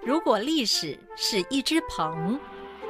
如果历史是一只鹏。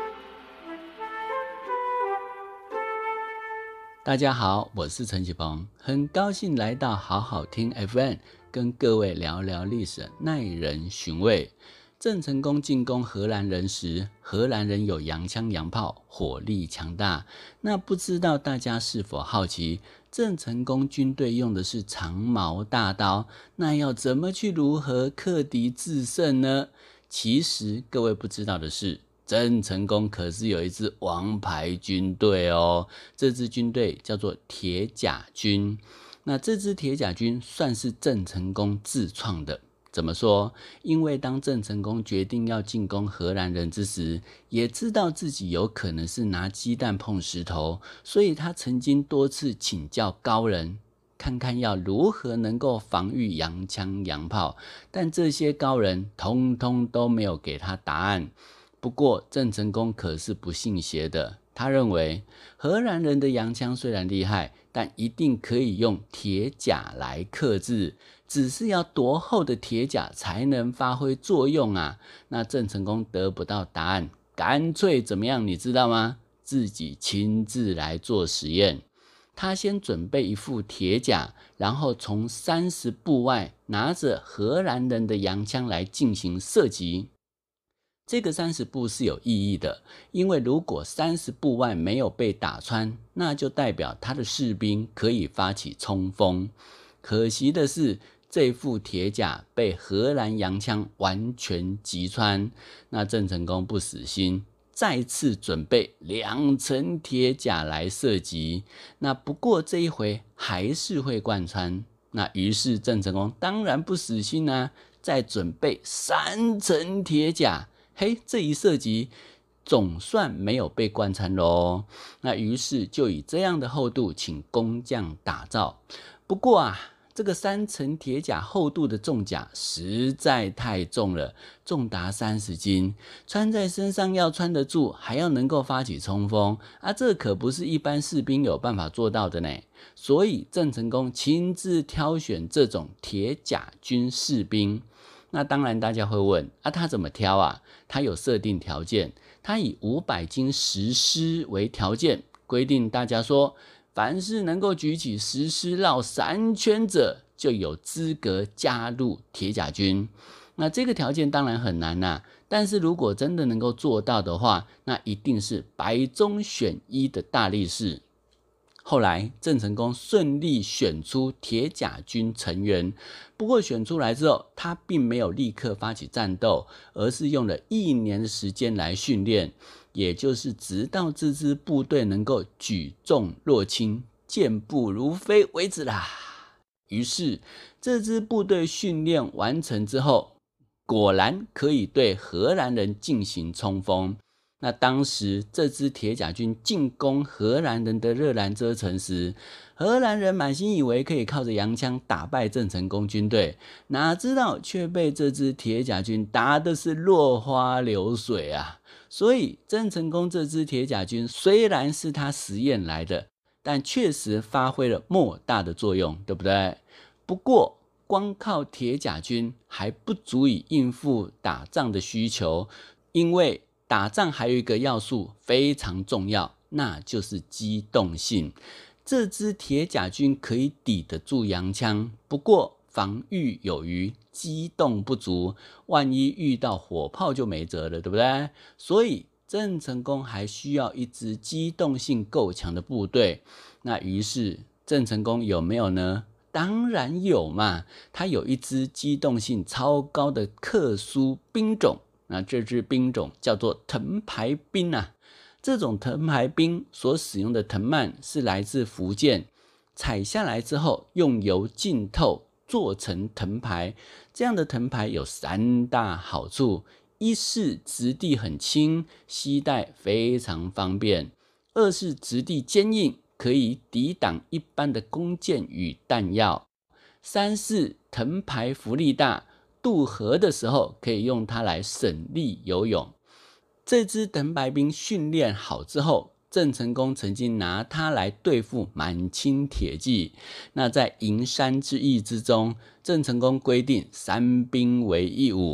大家好，我是陈启鹏，很高兴来到好好听 FM， 跟各位聊聊历史，耐人寻味。郑成功进攻荷兰人时，荷兰人有洋枪洋炮，火力强大。那不知道大家是否好奇，郑成功军队用的是长矛大刀，那要怎么去如何克敌制胜呢？其实各位不知道的是，郑成功可是有一支王牌军队哦，这支军队叫做铁甲军。那这支铁甲军算是郑成功自创的。怎么说？因为当郑成功决定要进攻荷兰人之时，也知道自己有可能是拿鸡蛋碰石头，所以他曾经多次请教高人，看看要如何能够防御洋枪洋炮，但这些高人通通都没有给他答案。不过郑成功可是不信邪的，他认为荷兰人的洋枪虽然厉害，但一定可以用铁甲来克制，只是要多厚的铁甲才能发挥作用啊。那郑成功得不到答案，干脆怎么样你知道吗？自己亲自来做实验。他先准备一副铁甲，然后从30步外拿着荷兰人的洋枪来进行射击。这个30步是有意义的，因为如果30步外没有被打穿，那就代表他的士兵可以发起冲锋。可惜的是，这副铁甲被荷兰洋枪完全击穿。那郑成功不死心，再次准备2层铁甲来射击。那不过这一回还是会贯穿。那于是郑成功当然不死心啊，再准备3层铁甲。嘿，这一射击总算没有被贯穿咯。那于是就以这样的厚度请工匠打造。不过啊，这个3层铁甲厚度的重甲实在太重了，重达30斤，穿在身上要穿得住，还要能够发起冲锋啊，这可不是一般士兵有办法做到的呢。所以郑成功亲自挑选这种铁甲军士兵。那当然大家会问啊，他怎么挑啊？他有设定条件，他以500斤石狮为条件，规定大家说，凡是能够举起石狮绕3圈者，就有资格加入铁甲军。那这个条件当然很难啊，但是如果真的能够做到的话，那一定是百中选一的大力士。后来郑成功顺利选出铁甲军成员，不过选出来之后，他并没有立刻发起战斗，而是用了1年的时间来训练，也就是直到这支部队能够举重若轻、健步如飞为止啦。于是这支部队训练完成之后，果然可以对荷兰人进行冲锋。那当时这支铁甲军进攻荷兰人的热兰遮城时，荷兰人满心以为可以靠着洋枪打败郑成功军队，哪知道却被这支铁甲军打的是落花流水啊！所以郑成功这支铁甲军虽然是他实验来的，但确实发挥了莫大的作用，对不对？不过光靠铁甲军还不足以应付打仗的需求，因为打仗还有一个要素非常重要，那就是机动性。这支铁甲军可以抵得住洋枪，不过防御有余，机动不足，万一遇到火炮就没辙了，对不对？所以郑成功还需要一支机动性够强的部队。那于是郑成功有没有呢？当然有嘛，他有一支机动性超高的特殊兵种。那这支兵种叫做藤牌兵啊，这种藤牌兵所使用的藤蔓是来自福建，采下来之后用油浸透做成藤牌。这样的藤牌有3大好处：一是质地很轻，携带非常方便；二是质地坚硬，可以抵挡一般的弓箭与弹药；三是藤牌浮力大，渡河的时候可以用它来省力游泳。这支藤牌兵训练好之后，郑成功曾经拿它来对付满清铁骑。那在营山之役之中，郑成功规定3兵为1伍，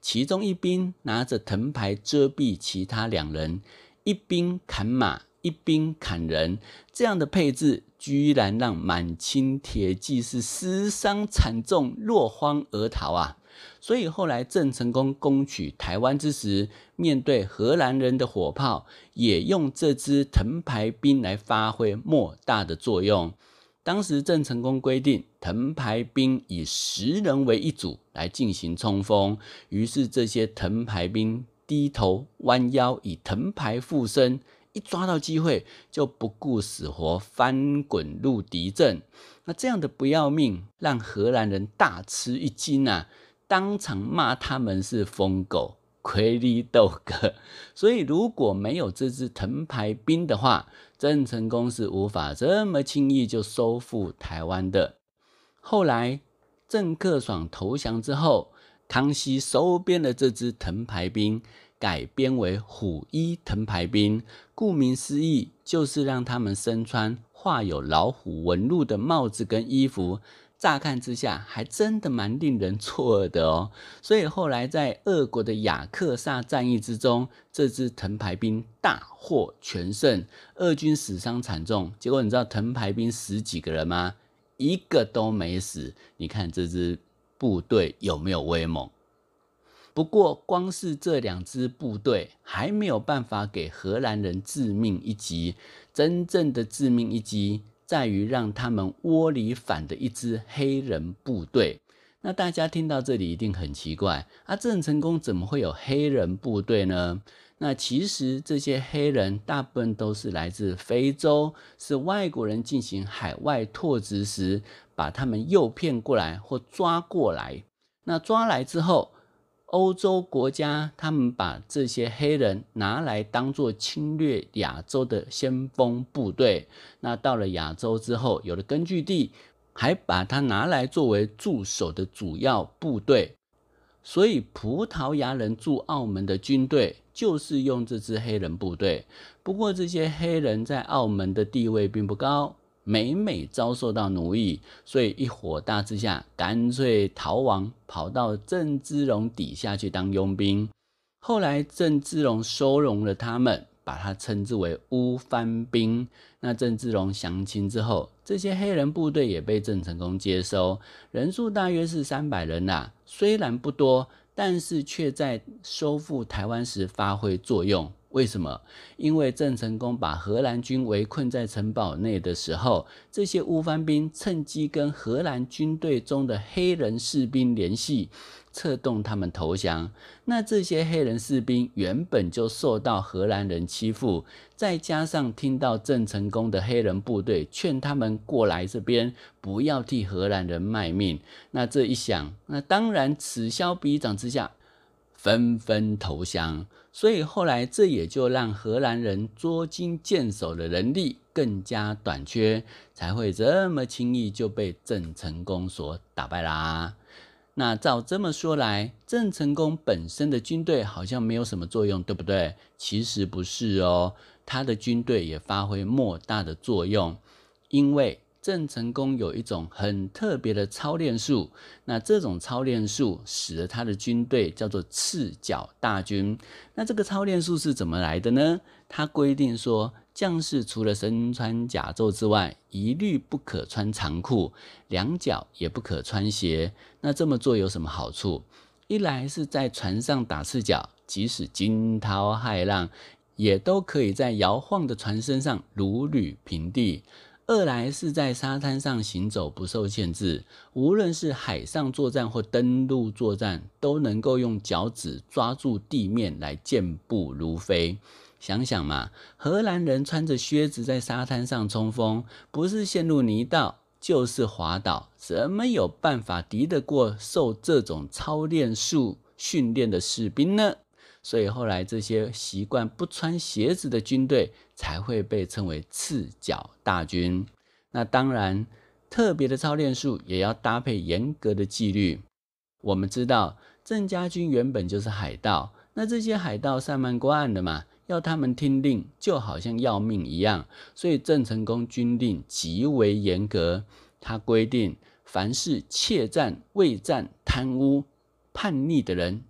其中一兵拿着藤牌遮蔽其他2人，一兵砍马，一兵砍人，这样的配置居然让满清铁骑是死伤惨重，落荒而逃啊！所以后来郑成功攻取台湾之时，面对荷兰人的火炮，也用这支藤牌兵来发挥莫大的作用。当时郑成功规定，藤牌兵以10人为一组来进行冲锋，于是这些藤牌兵低头弯腰，以藤牌附身，一抓到机会就不顾死活翻滚入敌阵。那这样的不要命，让荷兰人大吃一惊啊！当场骂他们是疯狗、魁力斗哥。所以如果没有这支藤牌兵的话，郑成功是无法这么轻易就收复台湾的。后来郑克爽投降之后，康熙收编了这支藤牌兵，改编为虎衣藤牌兵，顾名思义，就是让他们身穿画有老虎纹路的帽子跟衣服，乍看之下还真的蛮令人错愕的哦。所以后来在俄国的雅克萨战役之中，这支藤牌兵大获全胜，俄军死伤惨重。结果你知道藤牌兵10几个人吗？一个都没死。你看这支部队有没有威猛？不过光是这2支部队还没有办法给荷兰人致命一击，真正的致命一击在于让他们窝里反的一支黑人部队。那大家听到这里一定很奇怪啊，郑成功怎么会有黑人部队呢？那其实这些黑人大部分都是来自非洲，是外国人进行海外拓殖时把他们诱骗过来或抓过来。那抓来之后，欧洲国家他们把这些黑人拿来当作侵略亚洲的先锋部队，那到了亚洲之后有了根据地，还把它拿来作为驻守的主要部队。所以葡萄牙人驻澳门的军队就是用这支黑人部队。不过这些黑人在澳门的地位并不高，每每遭受到奴役，所以一火大之下，干脆逃亡，跑到郑芝龙底下去当佣兵。后来郑芝龙收容了他们，把它称之为乌番兵。那郑芝龙降清之后，这些黑人部队也被郑成功接收，人数大约是300人啦。虽然不多，但是却在收复台湾时发挥作用。为什么？因为郑成功把荷兰军围困在城堡内的时候，这些乌番兵趁机跟荷兰军队中的黑人士兵联系，策动他们投降。那这些黑人士兵原本就受到荷兰人欺负，再加上听到郑成功的黑人部队劝他们过来这边，不要替荷兰人卖命，那这一想，那当然此消彼长之下，纷纷投降。所以后来这也就让荷兰人捉襟见肘的能力更加短缺，才会这么轻易就被郑成功所打败啦。那照这么说来，郑成功本身的军队好像没有什么作用，对不对？其实不是哦，他的军队也发挥莫大的作用。因为郑成功有一种很特别的操练术，那这种操练术使得他的军队叫做赤脚大军。那这个操练术是怎么来的呢？他规定说，将士除了身穿甲胄之外，一律不可穿长裤，2脚也不可穿鞋。那这么做有什么好处？一来是在船上打赤脚，即使惊涛骇浪，也都可以在摇晃的船身上如履平地。二来是在沙滩上行走不受限制，无论是海上作战或登陆作战，都能够用脚趾抓住地面来健步如飞。想想嘛，荷兰人穿着靴子在沙滩上冲锋，不是陷入泥道，就是滑倒，怎么有办法敌得过受这种操练术训练的士兵呢？所以后来这些习惯不穿鞋子的军队才会被称为赤脚大军。那当然，特别的操练术也要搭配严格的纪律。我们知道郑家军原本就是海盗，那这些海盗上岸过岸的嘛，要他们听令就好像要命一样，所以郑成功军令极为严格。他规定，凡是怯战、畏战、贪污、叛逆的人，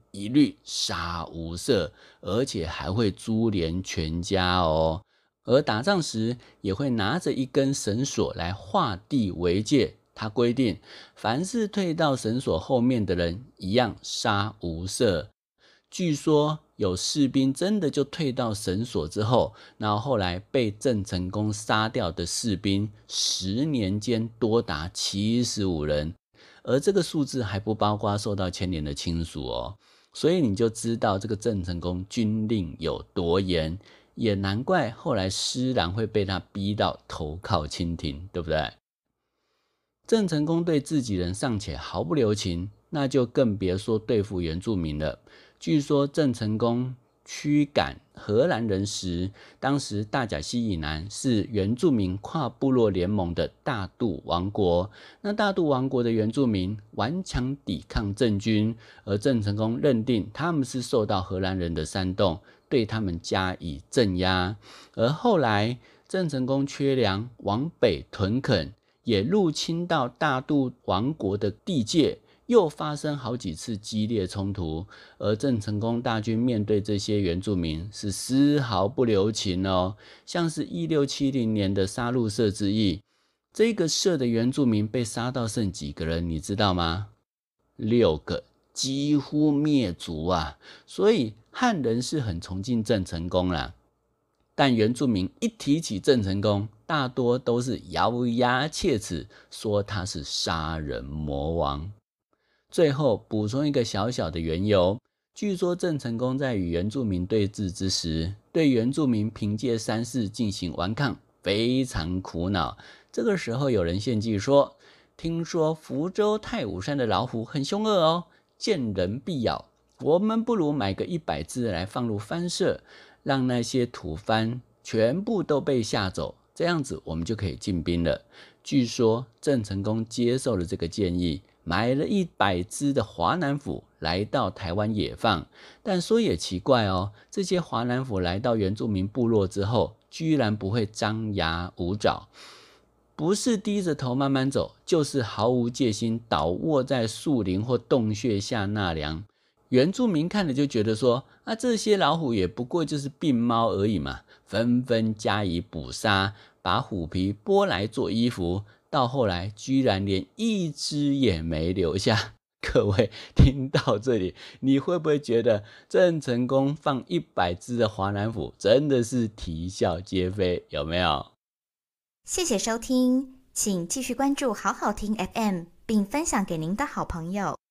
一律杀无赦，而且还会株连全家哦。而打仗时也会拿着一根绳索来画地为界，他规定凡是退到绳索后面的人一样杀无赦。据说有士兵真的就退到绳索之后，然后后来被郑成功杀掉的士兵10年间多达75人，而这个数字还不包括受到牵连的亲属哦。所以你就知道这个郑成功军令有多严，也难怪后来施琅会被他逼到投靠清廷，对不对？郑成功对自己人尚且毫不留情，那就更别说对付原住民了。据说郑成功驱赶荷兰人时，当时大甲溪以南是原住民跨部落联盟的大肚王国，那大肚王国的原住民顽强抵抗郑军，而郑成功认定他们是受到荷兰人的煽动，对他们加以镇压。而后来郑成功缺粮，往北屯垦，也入侵到大肚王国的地界，又发生好几次激烈冲突，而郑成功大军面对这些原住民是丝毫不留情哦。像是1670年的杀戮社之役，这个社的原住民被杀到剩几个人，你知道吗？6个，几乎灭族啊！所以汉人是很崇敬郑成功啦，但原住民一提起郑成功，大多都是咬牙切齿，说他是杀人魔王。最后补充一个小小的缘由，据说郑成功在与原住民对峙之时，对原住民凭借山势进行顽抗，非常苦恼。这个时候有人献计说，听说福州太武山的老虎很凶恶哦，见人必咬，我们不如买个100只来放入番社，让那些土番全部都被吓走，这样子我们就可以进兵了。据说郑成功接受了这个建议，买了100只的华南虎来到台湾野放。但说也奇怪哦，这些华南虎来到原住民部落之后，居然不会张牙舞爪，不是低着头慢慢走，就是毫无戒心倒卧在树林或洞穴下纳凉。原住民看了就觉得说，这些老虎也不过就是病猫而已嘛，纷纷加以捕杀，把虎皮剥来做衣服，到后来居然连一只也没留下。各位听到这里，你会不会觉得郑成功放100只的华南虎真的是啼笑皆非？有没有？ 谢谢收听，请继续关注好好听 FM， 并分享给您的好朋友。